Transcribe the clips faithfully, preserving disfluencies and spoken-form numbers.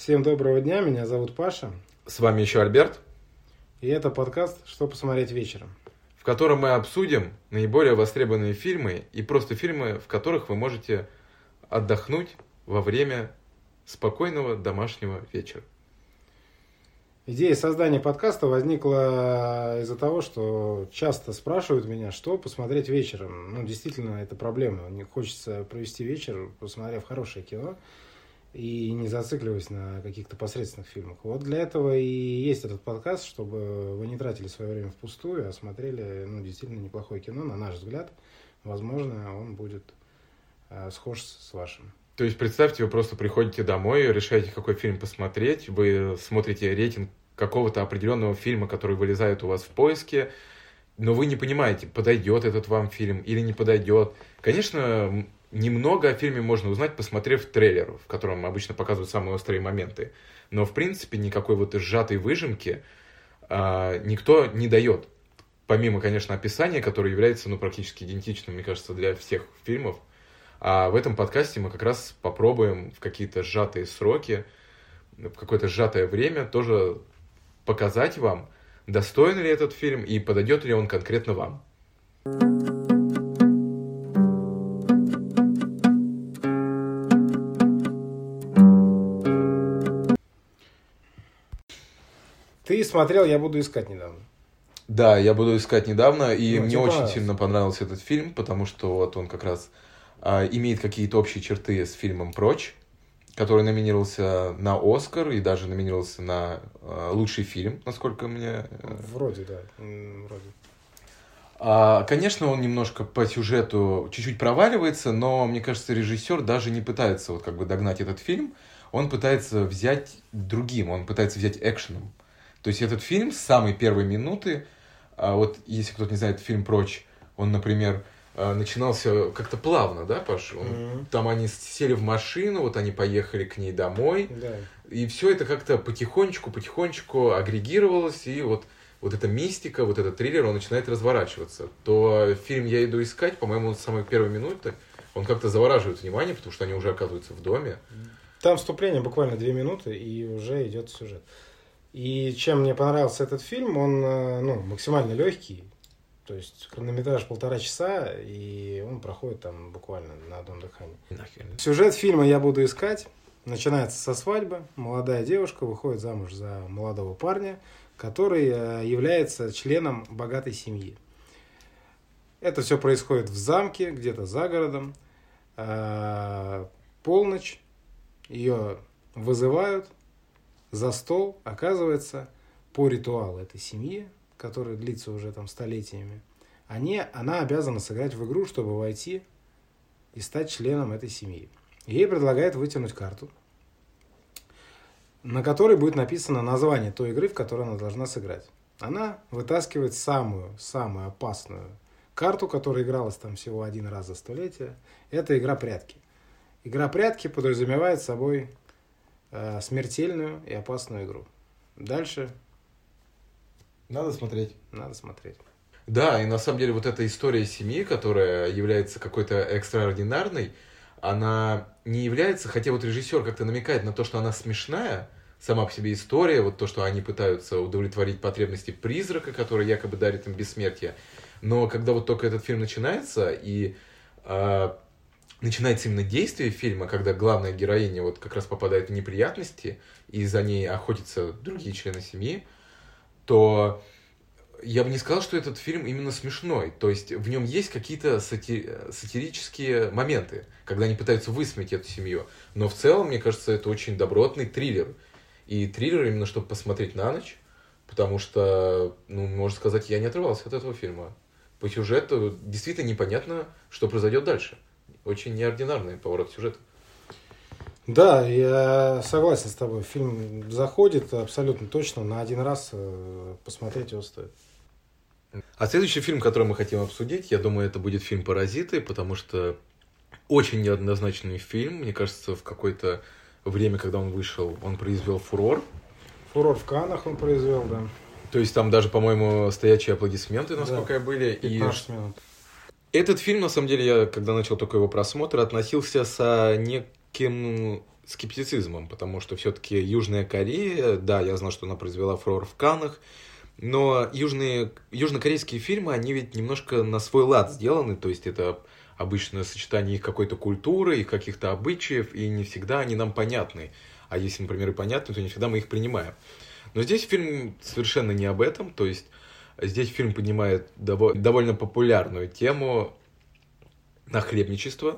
Всем доброго дня, меня зовут Паша. С вами еще Альберт. И это подкаст «Что посмотреть вечером», в котором мы обсудим наиболее востребованные фильмы и просто фильмы, в которых вы можете отдохнуть во время спокойного домашнего вечера. Идея создания подкаста возникла из-за того, что часто спрашивают меня, что посмотреть вечером. Ну, действительно, это проблема. Мне хочется провести вечер, посмотрев хорошее кино, и не зацикливаясь на каких-то посредственных фильмах. Вот для этого и есть этот подкаст, чтобы вы не тратили свое время впустую, а смотрели, ну, действительно неплохое кино, на наш взгляд. Возможно, он будет э, схож с вашим. То есть, представьте, вы просто приходите домой, решаете, какой фильм посмотреть, вы смотрите рейтинг какого-то определенного фильма, который вылезает у вас в поиске, но вы не понимаете, подойдет этот вам фильм или не подойдет. Конечно, немного о фильме можно узнать, посмотрев трейлер, в котором обычно показывают самые острые моменты. Но, в принципе, никакой вот сжатой выжимки а, никто не дает. Помимо, конечно, описания, которое является ну, практически идентичным, мне кажется, для всех фильмов. А в этом подкасте мы как раз попробуем в какие-то сжатые сроки, в какое-то сжатое время тоже показать вам, достоин ли этот фильм и подойдет ли он конкретно вам. Ты смотрел «Я буду искать» недавно. Да, «Я буду искать» недавно, и ну, мне типа... очень сильно понравился этот фильм, потому что вот он как раз а, имеет какие-то общие черты с фильмом «Прочь», который номинировался на «Оскар» и даже номинировался на а, лучший фильм, насколько мне... Вроде, да, вроде. А, конечно, он немножко по сюжету чуть-чуть проваливается, но, мне кажется, режиссер даже не пытается вот как бы догнать этот фильм, он пытается взять другим, он пытается взять экшеном. То есть этот фильм с самой первой минуты, а вот если кто-то не знает фильм «Прочь», он, например, начинался как-то плавно, да, Паш? Он, mm-hmm. Там они сели в машину, вот они поехали к ней домой, yeah. и все это как-то потихонечку-потихонечку агрегировалось, и вот, вот эта мистика, вот этот триллер, он начинает разворачиваться. То фильм «Я иду искать», по-моему, с самой первой минуты, он как-то завораживает внимание, потому что они уже оказываются в доме. Там вступление буквально две минуты, и уже идет сюжет. И чем мне понравился этот фильм, он ну, максимально легкий, то есть хронометраж полтора часа, и он проходит там буквально на одном дыхании. Нахер. Сюжет фильма «Я буду искать» начинается со свадьбы. Молодая девушка выходит замуж за молодого парня, который является членом богатой семьи. Это все происходит в замке, где-то за городом. Полночь, ее вызывают за стол, оказывается, по ритуалу этой семьи, который длится уже там столетиями, они, она обязана сыграть в игру, чтобы войти и стать членом этой семьи. Ей предлагают вытянуть карту, на которой будет написано название той игры, в которой она должна сыграть. Она вытаскивает самую, самую опасную карту, которая игралась там всего один раз за столетие. Это игра прятки. Игра прятки подразумевает собой э, смертельную и опасную игру. Дальше... Надо смотреть. Надо смотреть. Да, и на самом деле вот эта история семьи, которая является какой-то экстраординарной, она не является, хотя вот режиссер как-то намекает на то, что она смешная, сама по себе история, вот то, что они пытаются удовлетворить потребности призрака, который якобы дарит им бессмертие. Но когда вот только этот фильм начинается, и э, начинается именно действие фильма, когда главная героиня вот как раз попадает в неприятности, и за ней охотятся другие члены семьи, то я бы не сказал, что этот фильм именно смешной. То есть в нем есть какие-то сати- сатирические моменты, когда они пытаются высмеять эту семью. Но в целом, мне кажется, это очень добротный триллер. И триллер именно, чтобы посмотреть на ночь, потому что, ну, можно сказать, я не отрывался от этого фильма. По сюжету действительно непонятно, что произойдет дальше. Очень неординарный поворот сюжета. Да, я согласен с тобой. Фильм заходит абсолютно точно. На один раз посмотреть его стоит. А следующий фильм, который мы хотим обсудить, я думаю, это будет фильм «Паразиты», потому что очень неоднозначный фильм. Мне кажется, в какое-то время, когда он вышел, он произвел фурор. Фурор в Каннах он произвел, да. То есть там даже, по-моему, стоячие аплодисменты, насколько да, я были. пятнадцать и... минут. Этот фильм, на самом деле, я, когда начал только его просмотр, относился с неким скептицизмом, потому что все-таки Южная Корея, да, я знал, что она произвела фурор в Каннах, но южные, южнокорейские фильмы, они ведь немножко на свой лад сделаны, то есть это обычно сочетание их какой-то культуры, их каких-то обычаев, и не всегда они нам понятны. А если, например, и понятны, то не всегда мы их принимаем. Но здесь фильм совершенно не об этом, то есть здесь фильм поднимает дово- довольно популярную тему нахлебничества,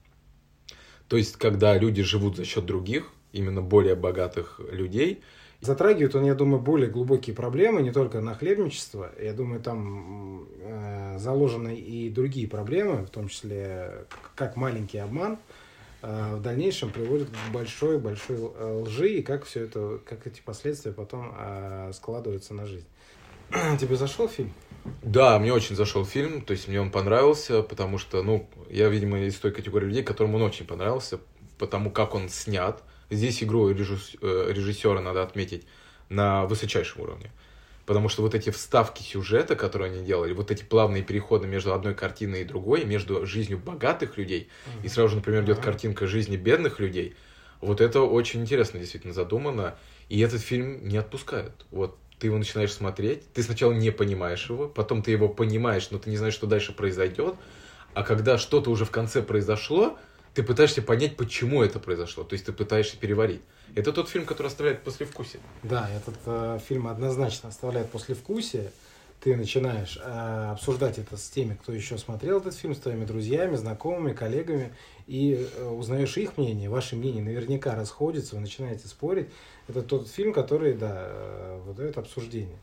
то есть когда люди живут за счет других, именно более богатых людей. Затрагивает он, я думаю, более глубокие проблемы, не только нахлебничество. Я думаю, там э, заложены и другие проблемы, в том числе как маленький обман э, в дальнейшем приводит к большой-большой лжи, и как все это, как эти последствия потом э, складываются на жизнь. Тебе зашел фильм? Да, мне очень зашел фильм, то есть мне он понравился, потому что, ну, я, видимо, из той категории людей, которым он очень понравился, потому как он снят. Здесь игру режиссера, надо отметить, на высочайшем уровне. Потому что вот эти вставки сюжета, которые они делали, вот эти плавные переходы между одной картиной и другой, между жизнью богатых людей, uh-huh. и сразу же, например, идет uh-huh. картинка жизни бедных людей, вот это очень интересно действительно задумано, и этот фильм не отпускает. Вот ты его начинаешь смотреть, ты сначала не понимаешь его, потом ты его понимаешь, но ты не знаешь, что дальше произойдет, а когда что-то уже в конце произошло, ты пытаешься понять, почему это произошло, то есть ты пытаешься переварить. Это тот фильм, который оставляет послевкусие. Да, этот э, фильм однозначно оставляет послевкусие. Ты начинаешь э, обсуждать это с теми, кто еще смотрел этот фильм, с твоими друзьями, знакомыми, коллегами, и э, узнаешь их мнение, ваши мнения наверняка расходятся, вы начинаете спорить. Это тот фильм, который, да, э, выдает обсуждение.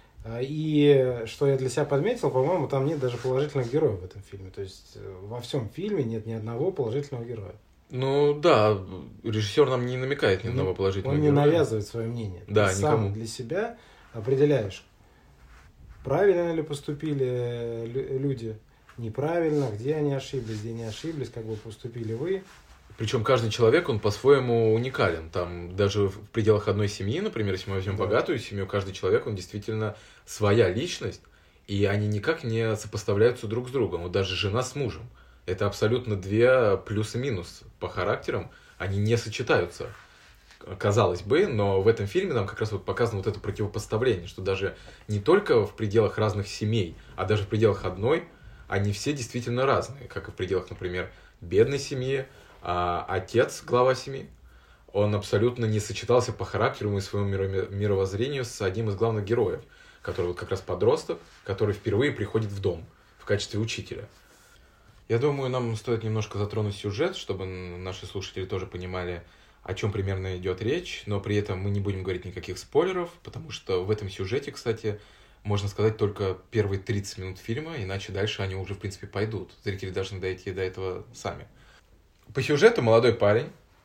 И что я для себя подметил, по-моему, там нет даже положительных героев в этом фильме. То есть во всем фильме нет ни одного положительного героя. Ну да, режиссер нам не намекает ни одного ну, положительного он героя. Он не навязывает свое мнение. Да, Ты никому. сам для себя определяешь, правильно ли поступили люди, неправильно, где они ошиблись, где не ошиблись, как бы поступили вы. Причем каждый человек, он по-своему уникален. Там даже в пределах одной семьи, например, если мы возьмем да. богатую семью, каждый человек, он действительно своя личность, и они никак не сопоставляются друг с другом. Вот даже жена с мужем. Это абсолютно две плюс и минус по характерам. Они не сочетаются, казалось бы, но в этом фильме нам как раз вот показано вот это противопоставление, что даже не только в пределах разных семей, а даже в пределах одной, они все действительно разные, как и в пределах, например, бедной семьи. А отец, глава семьи, он абсолютно не сочетался по характеру и своему мировоззрению с одним из главных героев, который вот как раз подросток, который впервые приходит в дом в качестве учителя. Я думаю, нам стоит немножко затронуть сюжет, чтобы наши слушатели тоже понимали, о чем примерно идет речь, но при этом мы не будем говорить никаких спойлеров, потому что в этом сюжете, кстати, можно сказать только первые тридцать минут фильма, иначе дальше они уже, в принципе, пойдут. Зрители должны дойти до этого сами. По сюжету молодой парень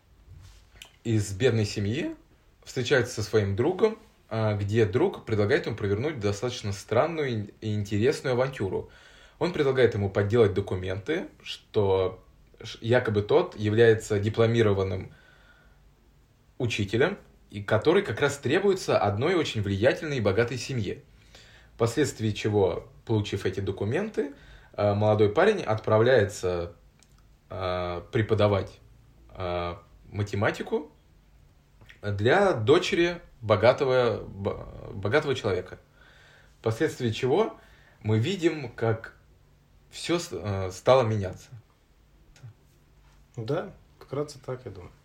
из бедной семьи встречается со своим другом, где друг предлагает ему провернуть достаточно странную и интересную авантюру. Он предлагает ему подделать документы, что якобы тот является дипломированным учителем, и который как раз требуется одной очень влиятельной и богатой семье. Впоследствии чего, получив эти документы, молодой парень отправляется преподавать математику для дочери богатого, богатого человека. Впоследствии чего мы видим, как все стало меняться. Да, вкратце так, я думаю.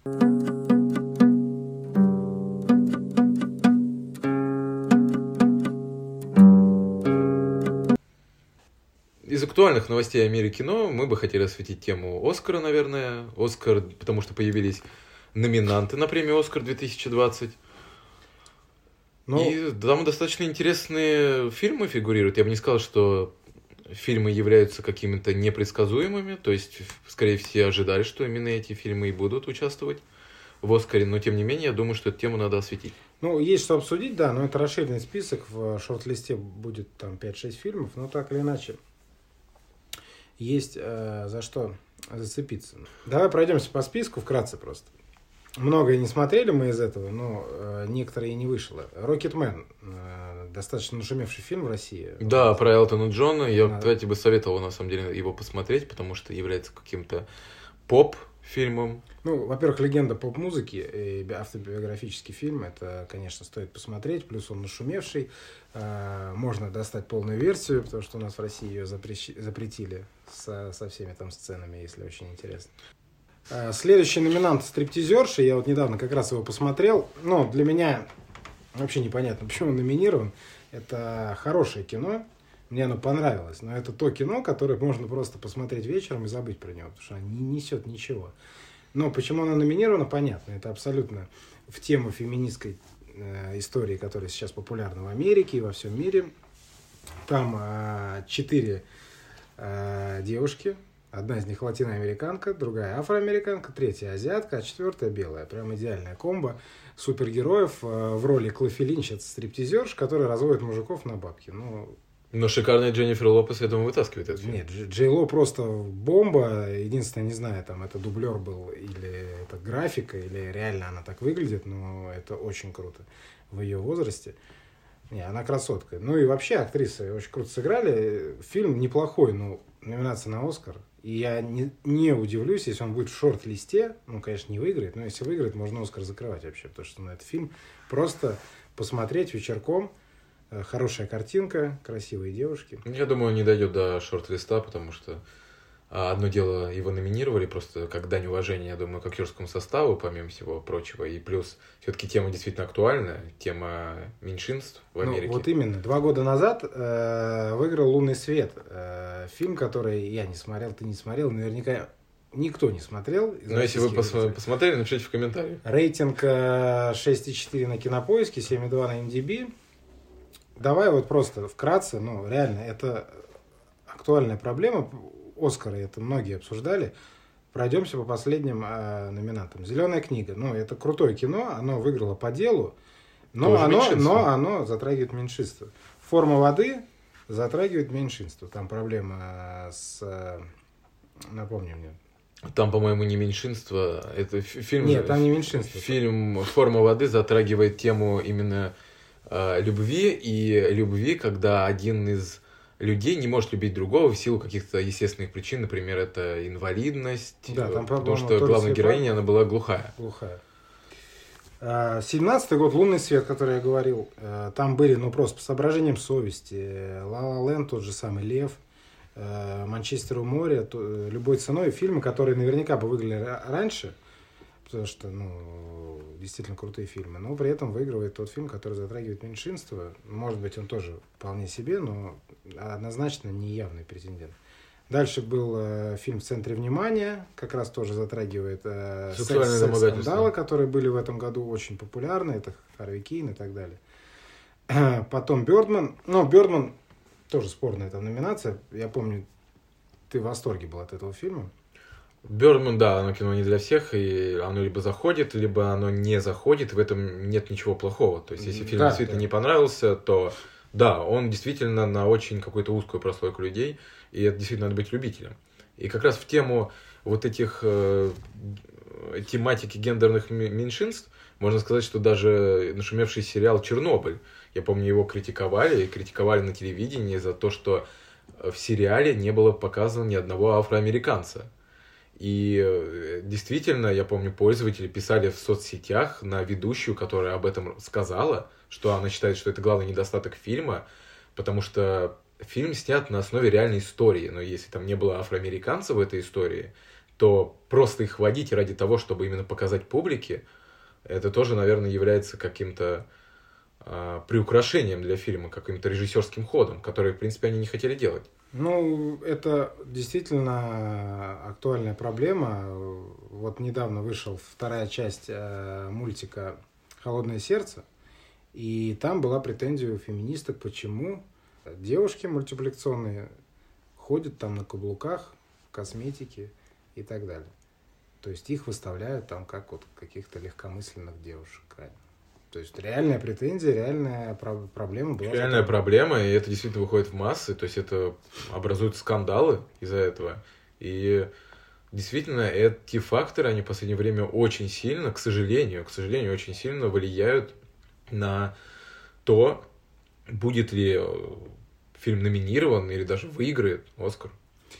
Из актуальных новостей о мире кино мы бы хотели осветить тему Оскара, наверное. Оскар, потому что появились номинанты на премию Оскар две тысячи двадцать. Ну, и там достаточно интересные фильмы фигурируют. Я бы не сказал, что фильмы являются какими-то непредсказуемыми. То есть, скорее все ожидали, что именно эти фильмы и будут участвовать в Оскаре. Но, тем не менее, я думаю, что эту тему надо осветить. Ну, есть что обсудить, да, но это расширенный список. В шорт-листе будет там пять-шесть фильмов. Но так или иначе, есть э, за что зацепиться. Давай пройдемся по списку вкратце просто. Многое не смотрели мы из этого, но э, некоторые и не вышло. «Рокетмен», э, достаточно нашумевший фильм в России. Да, про Элтона Джона. Я, кстати, бы советовал, на самом деле, его посмотреть, потому что является каким-то поп фильмом. Ну, во-первых, легенда поп-музыки и автобиографический фильм, это, конечно, стоит посмотреть, плюс он нашумевший, можно достать полную версию, потому что у нас в России ее запрещ... запретили со, со всеми там сценами, если очень интересно. Следующий номинант «Стриптизерши», я вот недавно как раз его посмотрел, но для меня вообще непонятно, почему он номинирован, это хорошее кино, мне оно понравилось, но это то кино, которое можно просто посмотреть вечером и забыть про него, потому что оно не несет ничего. Но почему оно номинировано, понятно. Это абсолютно в тему феминистской э, истории, которая сейчас популярна в Америке и во всем мире. Там э, четыре э, девушки. Одна из них латиноамериканка, другая афроамериканка, третья азиатка, а четвертая белая. Прям идеальная комбо супергероев э, в роли Клофи Линч, это стриптизерш, который разводит мужиков на бабки. Ну, Но шикарная Дженнифер Лопес, я думаю, вытаскивает этот фильм. Нет, Джей Ло просто бомба. Единственное, не знаю, там это дублер был или это графика, или реально она так выглядит, но это очень круто в ее возрасте. Не, она красотка. Ну и вообще актрисы очень круто сыграли. Фильм неплохой, но номинация на Оскар. И я не, не удивлюсь, если он будет в шорт-листе. Ну, конечно, не выиграет, но если выиграет, можно Оскар закрывать вообще. Потому что на этот фильм просто посмотреть вечерком. Хорошая картинка, красивые девушки. Я думаю, он не дойдет до шорт-листа, потому что одно дело его номинировали просто как дань уважения, я думаю, к актерскому составу, помимо всего прочего. И плюс все-таки тема действительно актуальная, тема меньшинств в Америке. Ну, вот именно. Два года назад э, выиграл «Лунный свет». Э, фильм, который я не смотрел, ты не смотрел, наверняка никто не смотрел. Но если вы пос- посмотрели, напишите в комментариях. Рейтинг э, шесть и четыре на Кинопоиске, семь и два на эм ди би. Давай вот просто вкратце, ну, реально, это актуальная проблема. Оскары это многие обсуждали. Пройдемся по последним э, номинантам. «Зеленая книга». Ну, это крутое кино, оно выиграло по делу, но оно, но оно затрагивает меньшинство. «Форма воды» затрагивает меньшинство. Там проблема с... Напомни мне. Там, по-моему, не меньшинство. Это фильм... Нет, там не меньшинство. Фильм «Форма воды» затрагивает тему именно... любви, и любви, когда один из людей не может любить другого в силу каких-то естественных причин, например, это инвалидность, да, там, потому что главная героиня, она была глухая. Глухая. семнадцатый год, «Лунный свет», который я говорил, там были, ну, просто по соображениям совести, «Ла Ла Ленд», тот же самый «Лев», «Манчестер у моря», любой ценой, фильмы, которые наверняка бы выиграли раньше, потому что, ну, действительно крутые фильмы, но при этом выигрывает тот фильм, который затрагивает меньшинство. Может быть, он тоже вполне себе, но однозначно не явный претендент. Дальше был э, фильм «В центре внимания», как раз тоже затрагивает э, секс-скандалы, которые были в этом году очень популярны, это Харви Кейн и так далее. Потом «Бёрдман». Ну, «Бёрдман» тоже спорная там номинация. Я помню, ты в восторге был от этого фильма. Бёрдман, да, оно кино не для всех, и оно либо заходит, либо оно не заходит, в этом нет ничего плохого. То есть, если фильм да, действительно да. не понравился, то да, он действительно на очень какую-то узкую прослойку людей, и это действительно надо быть любителем. И как раз в тему вот этих э, тематики гендерных меньшинств, можно сказать, что даже нашумевший сериал «Чернобыль», я помню, его критиковали, и критиковали на телевидении за то, что в сериале не было показано ни одного афроамериканца. И действительно, я помню, пользователи писали в соцсетях на ведущую, которая об этом сказала, что она считает, что это главный недостаток фильма, потому что фильм снят на основе реальной истории. Но если там не было афроамериканцев в этой истории, то просто их вводить ради того, чтобы именно показать публике, это тоже, наверное, является каким-то э, приукрашением для фильма, каким-то режиссерским ходом, который, в принципе, они не хотели делать. Ну, это действительно актуальная проблема. Вот недавно вышла вторая часть э, мультика «Холодное сердце», и там была претензия у феминисток, почему девушки мультипликационные ходят там на каблуках, в косметике и так далее. То есть их выставляют там как вот каких-то легкомысленных девушек. То есть реальная претензия, реальная про- проблема была. Реальная проблема, и это действительно выходит в массы, то есть это образуют скандалы из-за этого. И действительно эти факторы, они в последнее время очень сильно, к сожалению, к сожалению, очень сильно влияют на то, будет ли фильм номинирован или даже выиграет Оскар.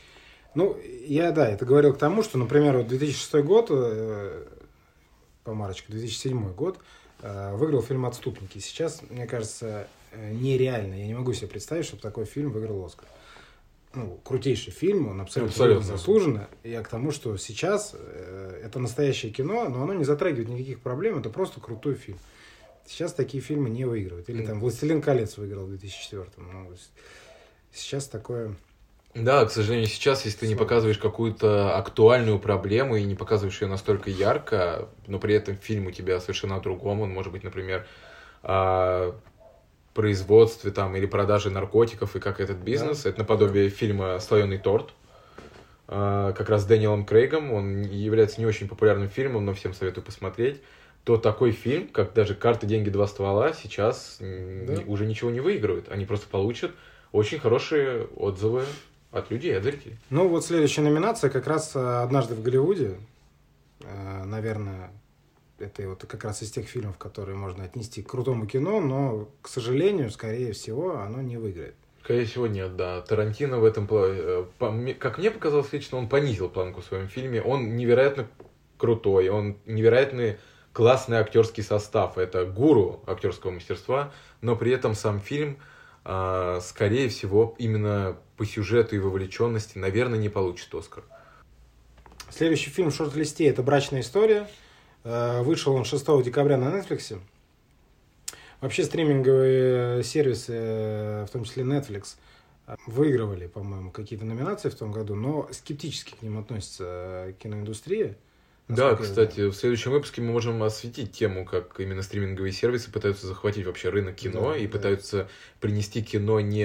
Ну, я, да, это говорил к тому, что, например, вот две тысячи шестой год, э, помарочка, две тысячи седьмой год, э, выиграл фильм «Отступники». Сейчас, мне кажется, э, нереально. Я не могу себе представить, чтобы такой фильм выиграл «Оскар». Ну, крутейший фильм, он абсолютно, абсолютно заслуженно. Я к тому, что сейчас э, это настоящее кино, но оно не затрагивает никаких проблем, это просто крутой фильм. Сейчас такие фильмы не выигрывают. Или там «Властелин колец» выиграл в две тысячи четвёртом. Ну, сейчас такое... Да, к сожалению, сейчас, если ты не показываешь какую-то актуальную проблему и не показываешь ее настолько ярко, но при этом фильм у тебя совершенно о другом, он может быть, например, о производстве там, или продаже наркотиков и как этот бизнес, да. Это наподобие да. фильма «Слоеный торт», как раз с Дэниелом Крейгом, он является не очень популярным фильмом, но всем советую посмотреть, то такой фильм, как даже «Карты, деньги, два ствола», сейчас да. уже ничего не выигрывает, они просто получат очень хорошие отзывы от людей, от зрителей. Ну, вот следующая номинация как раз «Однажды в Голливуде». Наверное, это вот как раз из тех фильмов, которые можно отнести к крутому кино, но, к сожалению, скорее всего, оно не выиграет. Скорее всего, нет, да. Тарантино в этом плане, как мне показалось лично, он понизил планку в своем фильме. Он невероятно крутой, он невероятный классный актерский состав. Это гуру актерского мастерства, но при этом сам фильм... скорее всего, именно по сюжету и вовлеченности, наверное, не получит «Оскар». Следующий фильм в шорт-листе – это «Брачная история». Вышел он шестого декабря на Netflix. Вообще стриминговые сервисы, в том числе Netflix, выигрывали, по-моему, какие-то номинации в том году, но скептически к ним относится киноиндустрия. Да, кстати, в следующем выпуске мы можем осветить тему, как именно стриминговые сервисы пытаются захватить вообще рынок кино да, и да. пытаются принести кино не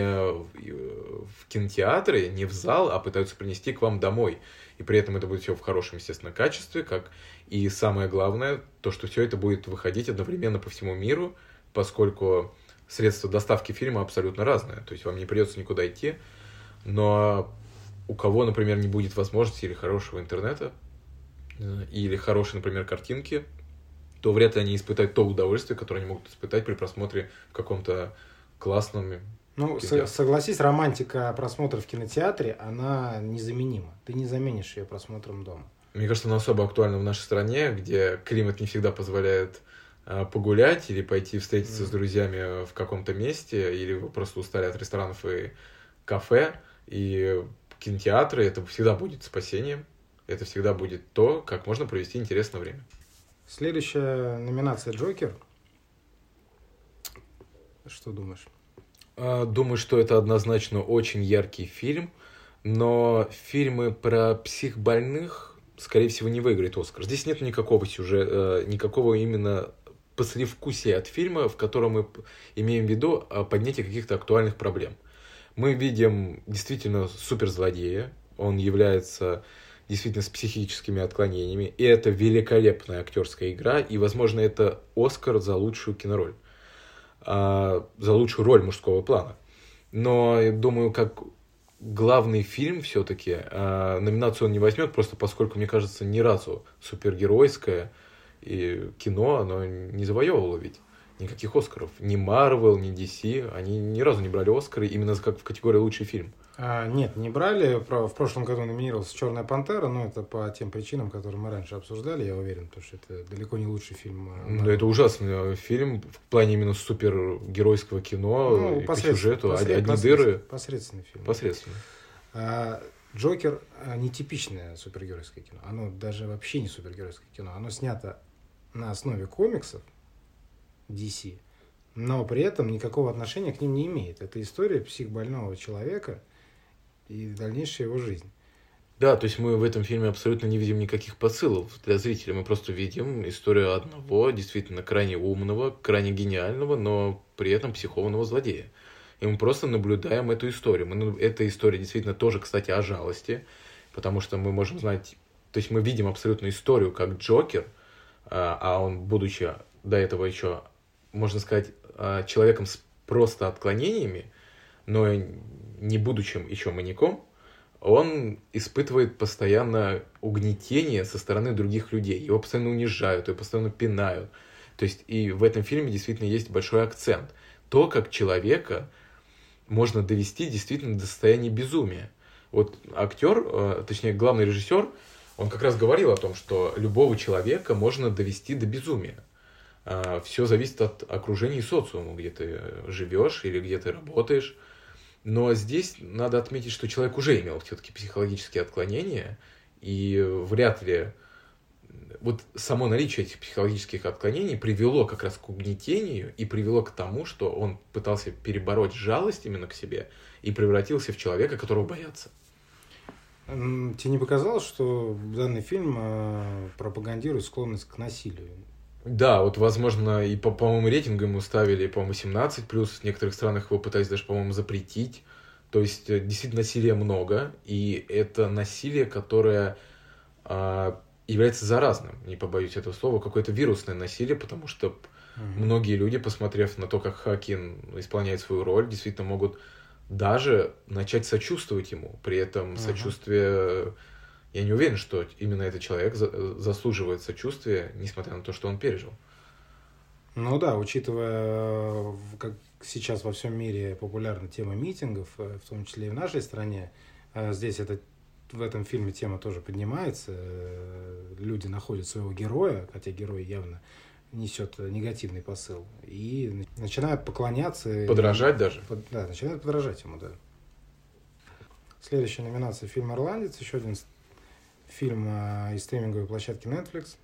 в кинотеатры, не в зал, а пытаются принести к вам домой. И при этом это будет все в хорошем, естественно, качестве, как и самое главное, то, что все это будет выходить одновременно по всему миру, поскольку средства доставки фильма абсолютно разные. То есть вам не придется никуда идти, но у кого, например, не будет возможности или хорошего интернета, или хорошие, например, картинки, то вряд ли они испытают то удовольствие, которое они могут испытать при просмотре в каком-то классном... Ну, с- согласись, романтика просмотра в кинотеатре, она незаменима. Ты не заменишь ее просмотром дома. Мне кажется, она особо актуальна в нашей стране, где климат не всегда позволяет а, погулять или пойти встретиться mm. с друзьями в каком-то месте, или вы просто устали от ресторанов и кафе, и кинотеатры — это всегда будет спасением. Это всегда будет то, как можно провести интересное время. Следующая номинация «Джокер». Что думаешь? Думаю, что это однозначно очень яркий фильм, но фильмы про психбольных, скорее всего, не выиграет «Оскар». Здесь нет никакого сюжета, никакого именно послевкусия от фильма, в котором мы имеем в виду поднятие каких-то актуальных проблем. Мы видим действительно суперзлодея, он является... действительно с психическими отклонениями. И это великолепная актерская игра. И, возможно, это «Оскар» за лучшую кинороль. А, за лучшую роль мужского плана. Но, я думаю, как главный фильм все-таки а, номинацию он не возьмет, просто поскольку, мне кажется, ни разу супергеройское и кино оно не завоевывало ведь никаких «Оскаров». Ни Marvel, ни ди си, они ни разу не брали «Оскары» именно как в категории «Лучший фильм». А, нет, не брали. В прошлом году номинировался «Черная пантера», но это по тем причинам, которые мы раньше обсуждали, я уверен, потому что это далеко не лучший фильм. Ну, это ужасный фильм в плане именно супергеройского кино, ну, и по сюжету. Посред, одни дыры. Посредственный фильм. Посредственный. А, «Джокер» нетипичное супергеройское кино. Оно даже вообще не супергеройское кино. Оно снято на основе комиксов ди си, но при этом никакого отношения к ним не имеет. Это история психбольного человека и дальнейшая его жизнь. Да, то есть мы в этом фильме абсолютно не видим никаких посылов для зрителя. Мы просто видим историю одного действительно крайне умного, крайне гениального, но при этом психованного злодея. И мы просто наблюдаем эту историю. Мы, эта история действительно тоже, кстати, о жалости, потому что мы можем знать... То есть мы видим абсолютно историю, как Джокер, а он, будучи до этого еще, можно сказать, человеком с просто отклонениями, но не будучи еще маньяком, он испытывает постоянно угнетение со стороны других людей. Его постоянно унижают, его постоянно пинают. То есть и в этом фильме действительно есть большой акцент. То, как человека можно довести действительно до состояния безумия. Вот актер, э, точнее, главный режиссер, он как раз говорил о том, что любого человека можно довести до безумия. Э, все зависит от окружения и социума, где ты живешь или где ты работаешь. Но здесь надо отметить, что человек уже имел все-таки психологические отклонения, и вряд ли вот само наличие этих психологических отклонений привело как раз к угнетению и привело к тому, что он пытался перебороть жалость именно к себе и превратился в человека, которого боятся. Тебе не показалось, что данный фильм пропагандирует склонность к насилию? Да, вот, возможно, и по, по-моему, рейтингам ему ставили, по-моему, семнадцать плюс, в некоторых странах его пытались даже, по-моему, запретить. То есть, действительно, насилия много, и это насилие, которое а, является заразным, не побоюсь этого слова, какое-то вирусное насилие, потому что угу. многие люди, посмотрев на то, как Хоакин исполняет свою роль, действительно могут даже начать сочувствовать ему. При этом угу. сочувствие... Я не уверен, что именно этот человек заслуживает сочувствия, несмотря на то, что он пережил. Ну да, учитывая, как сейчас во всем мире популярна тема митингов, в том числе и в нашей стране, здесь это, в этом фильме тема тоже поднимается. Люди находят своего героя, хотя герой явно несет негативный посыл, и начинают поклоняться. Подражать и, даже. Под, да, начинают подражать ему, да. Следующая номинация — фильм «Ирландец», еще один фильм э, из стриминговой площадки Netflix.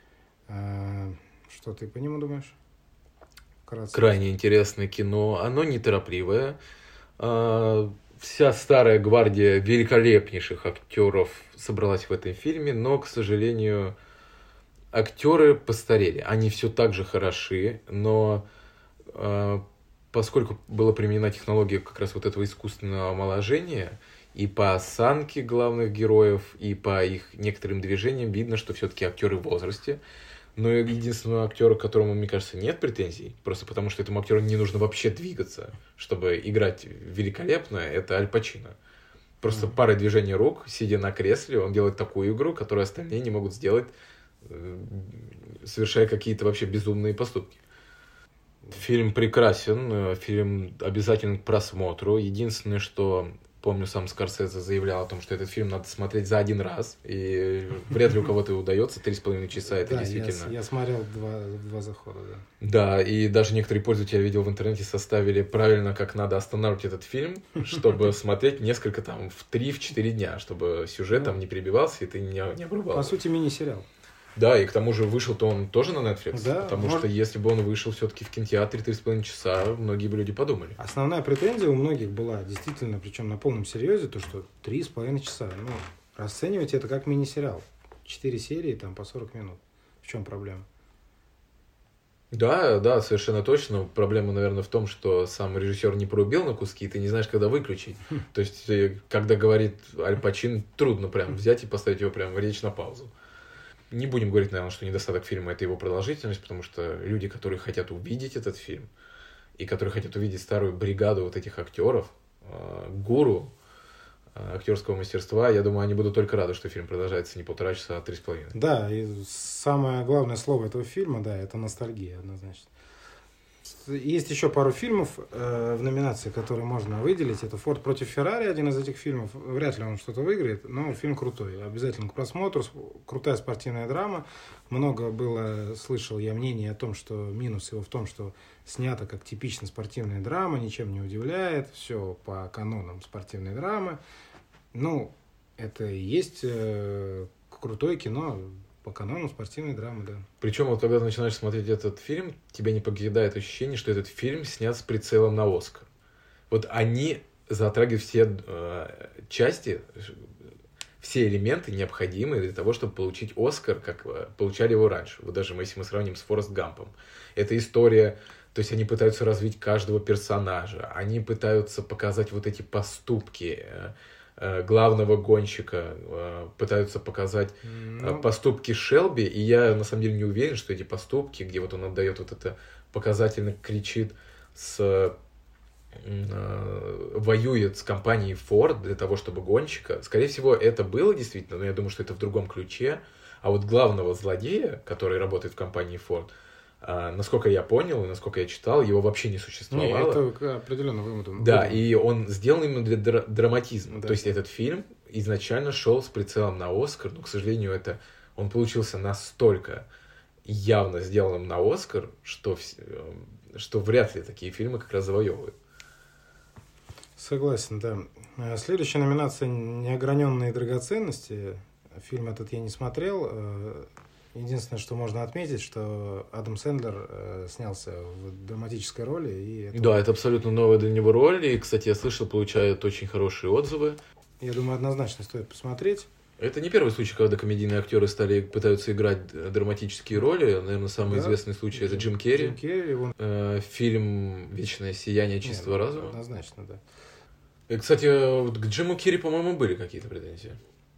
Э, что ты по нему думаешь? Вкратце. Крайне интересное кино. Оно неторопливое. Э, вся старая гвардия великолепнейших актеров собралась в этом фильме, но, к сожалению, актеры постарели. Они все так же хороши, но э, поскольку была применена технология как раз вот этого искусственного омоложения, и по осанке главных героев, и по их некоторым движениям видно, что все-таки актеры в возрасте. Но единственного актера, к которому, мне кажется, нет претензий, просто потому что этому актеру не нужно вообще двигаться, чтобы играть великолепно, это Аль Пачино. Просто mm-hmm. парой движений рук, сидя на кресле, он делает такую игру, которую остальные не могут сделать, совершая какие-то вообще безумные поступки. Фильм прекрасен, фильм обязателен к просмотру. Единственное, что... Помню, сам Скорсезе заявлял о том, что этот фильм надо смотреть за один раз, и вряд ли у кого-то удается, три с половиной часа, это да, действительно... Я, я смотрел два, два захода, да. Да, и даже некоторые пользователи, я видел в интернете, составили правильно, как надо останавливать этот фильм, чтобы смотреть несколько там в три-четыре дня, чтобы сюжет там не перебивался, и ты не, не обрубал. По сути, мини-сериал. Да, и к тому же вышел-то он тоже на Netflix, да, потому может... что если бы он вышел все-таки в кинотеатре три с половиной часа, многие бы люди подумали. Основная претензия у многих была, действительно, причем на полном серьезе, то, что три с половиной часа. Ну, расценивайте это как мини-сериал. Четыре серии, там, по сорок минут. В чем проблема? Да, да, совершенно точно. Проблема, наверное, в том, что сам режиссер не порубил на куски, и ты не знаешь, когда выключить. Хм. То есть, когда говорит Аль Пачино, трудно прям взять и поставить его прям в речь на паузу. Не будем говорить, наверное, что недостаток фильма — это его продолжительность, потому что люди, которые хотят увидеть этот фильм, и которые хотят увидеть старую бригаду вот этих актеров, э, гуру э, актерского мастерства, я думаю, они будут только рады, что фильм продолжается не полтора часа, а три с половиной. Да, и самое главное слово этого фильма, да, это ностальгия, однозначно. Есть еще пару фильмов э, в номинации, которые можно выделить. Это «Форд против Феррари», один из этих фильмов. Вряд ли он что-то выиграет, но фильм крутой. Обязательно к просмотру. Крутая спортивная драма. Много было, слышал я мнений о том, что минус его в том, что снято как типично спортивная драма, ничем не удивляет. Все по канонам спортивной драмы. Ну, это и есть э, крутое кино. По канону спортивной драмы, да. Причем вот когда ты начинаешь смотреть этот фильм, тебя не покидает ощущение, что этот фильм снят с прицелом на Оскар. Вот они затрагивают все э, части, все элементы, необходимые для того, чтобы получить Оскар, как получали его раньше. Вот даже если мы сравним с Форест Гампом. Это история, то есть они пытаются развить каждого персонажа, они пытаются показать вот эти поступки главного гонщика, пытаются показать ну... поступки Шелби, и я на самом деле не уверен, что эти поступки, где вот он отдает вот это, показательно кричит с воюет с компанией Ford для того, чтобы гонщика, скорее всего, это было действительно, но я думаю, что это в другом ключе, а вот главного злодея, который работает в компании Ford, А, насколько я понял и насколько я читал, его вообще не существовало. Не, это определенно вымытым. Да, и он сделан именно для дра- драматизма. Да. То есть этот фильм изначально шел с прицелом на Оскар, но, к сожалению, это он получился настолько явно сделанным на Оскар, что, вс- что вряд ли такие фильмы как раз завоевывают. Согласен, да. А, Следующая номинация «Неограненные драгоценности». Фильм этот я не смотрел. Э, Единственное, что можно отметить, что Адам Сэндлер э, снялся в драматической роли. И это, Да, это абсолютно новая для него роль. И, кстати, я слышал, получает очень хорошие отзывы. я думаю, однозначно стоит посмотреть. Это не первый случай, когда комедийные актеры стали пытаются играть драматические роли. Наверное, самый Да. известный случай это Джим Керри. Джим Керри, он... Э, фильм «Вечное сияние чистого Нет, разума». Однозначно, да. И, кстати, вот к Джиму Керри, по-моему, были какие-то претензии.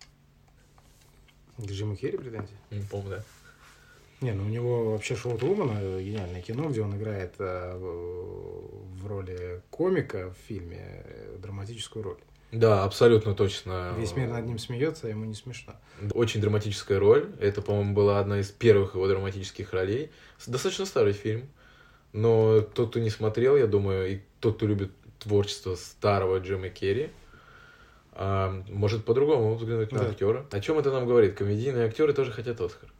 К Джиму Керри претензии? Не помню, да. Не, ну у него вообще «Шоу Трумана» гениальное кино, где он играет э, в роли комика в фильме э, драматическую роль. Да, абсолютно точно. Весь мир над ним смеется, а ему не смешно. Очень драматическая роль. Это, по-моему, была одна из первых его драматических ролей. Достаточно старый фильм. Но тот, кто не смотрел, я думаю, и тот, кто любит творчество старого Джима Керри, а, может по-другому взглянуть на Да. актера. О чем это нам говорит? Комедийные актеры тоже хотят Оскар.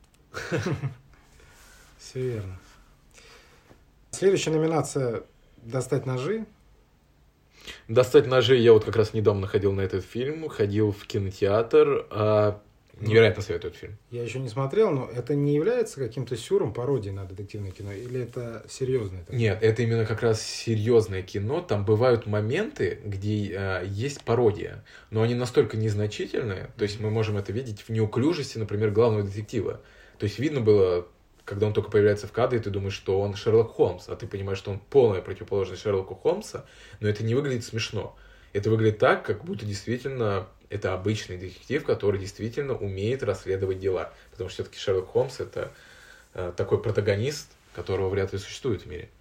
Все верно. Следующая номинация «Достать ножи». «Достать ножи» я вот как раз недавно ходил на этот фильм, ходил в кинотеатр, а, невероятно советую этот фильм. Я еще не смотрел, но это не является каким-то сюром, пародией на детективное кино? Или это серьезное? такое? Нет, это именно как раз серьезное кино. Там бывают моменты, где э, есть пародия, но они настолько незначительные, то есть мы можем это видеть в неуклюжести, например, главного детектива. То есть видно было, когда он только появляется в кадре, ты думаешь, что он Шерлок Холмс, а ты понимаешь, что он полная противоположность Шерлоку Холмса, но это не выглядит смешно. Это выглядит так, как будто действительно это обычный детектив, который действительно умеет расследовать дела. Потому что все-таки Шерлок Холмс — это э, такой протагонист, которого вряд ли существует в мире.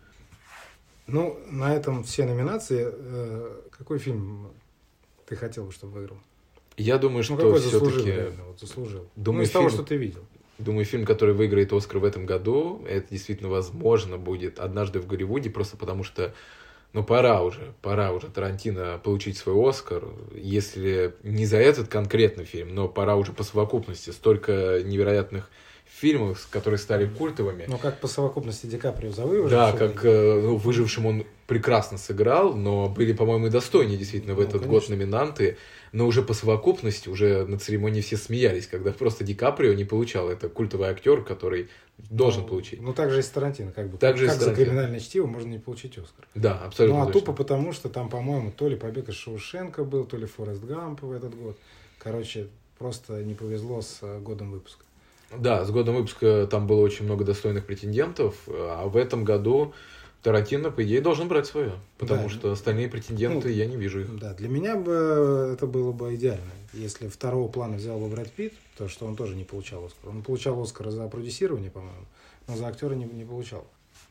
Ну, на этом все номинации. Э, Какой фильм ты хотел бы, чтобы выиграл? Я думаю, Ну, что какой заслужил, все-таки... реально, вот заслужил. Думаю, ну, из того, фильм- что ты видел. Думаю, фильм, который выиграет Оскар в этом году, это действительно возможно будет «Однажды в Голливуде», просто потому что, ну, пора уже, пора уже Тарантино получить свой Оскар, если не за этот конкретный фильм, но пора уже по совокупности. Столько невероятных фильмов, которые стали культовыми. Но как по совокупности Ди Каприо за «Выжившего». Да, как э, ну, «Выжившим» он прекрасно сыграл, но были, по-моему, и достойнее действительно в Ну, этот конечно. год номинанты. Но уже по совокупности, уже на церемонии все смеялись, когда просто Ди Каприо не получал. Это культовый актер, который должен Ну, получить. Ну, так же и с Тарантино. Как, бы, Так же и как с за Тарантино. «Криминальное чтиво» можно не получить Оскар. Да, абсолютно Ну, а точно. тупо потому, что там, по-моему, то ли «Побег из Шоушенка» был, то ли «Форест Гамп» в этот год. Короче, просто не повезло с э, годом выпуска. Да, с годом выпуска там было очень много достойных претендентов, а в этом году Тарантино, по идее, должен брать свое, потому Да. что остальные претенденты, Ну, я не вижу их. Да, для меня бы это было бы идеально. Если второго плана взял бы Брэд Питт, то что он тоже не получал Оскар. Он получал Оскар за продюсирование, по-моему, но за актера не, не получал.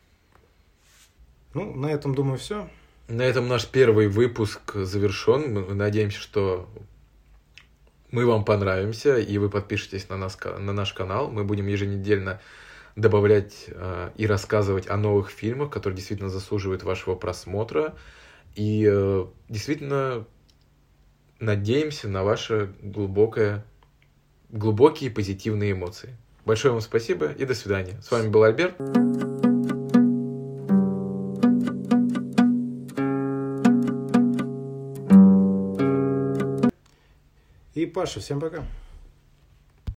Ну, на этом, думаю, все. На этом наш первый выпуск завершен. Мы надеемся, что мы вам понравимся, и вы подпишетесь на, нас, на наш канал. Мы будем еженедельно добавлять э, и рассказывать о новых фильмах, которые действительно заслуживают вашего просмотра. И э, действительно надеемся на ваши глубокое, глубокие позитивные эмоции. Большое вам спасибо и до свидания. С вами был Альберт. И Паша, всем пока.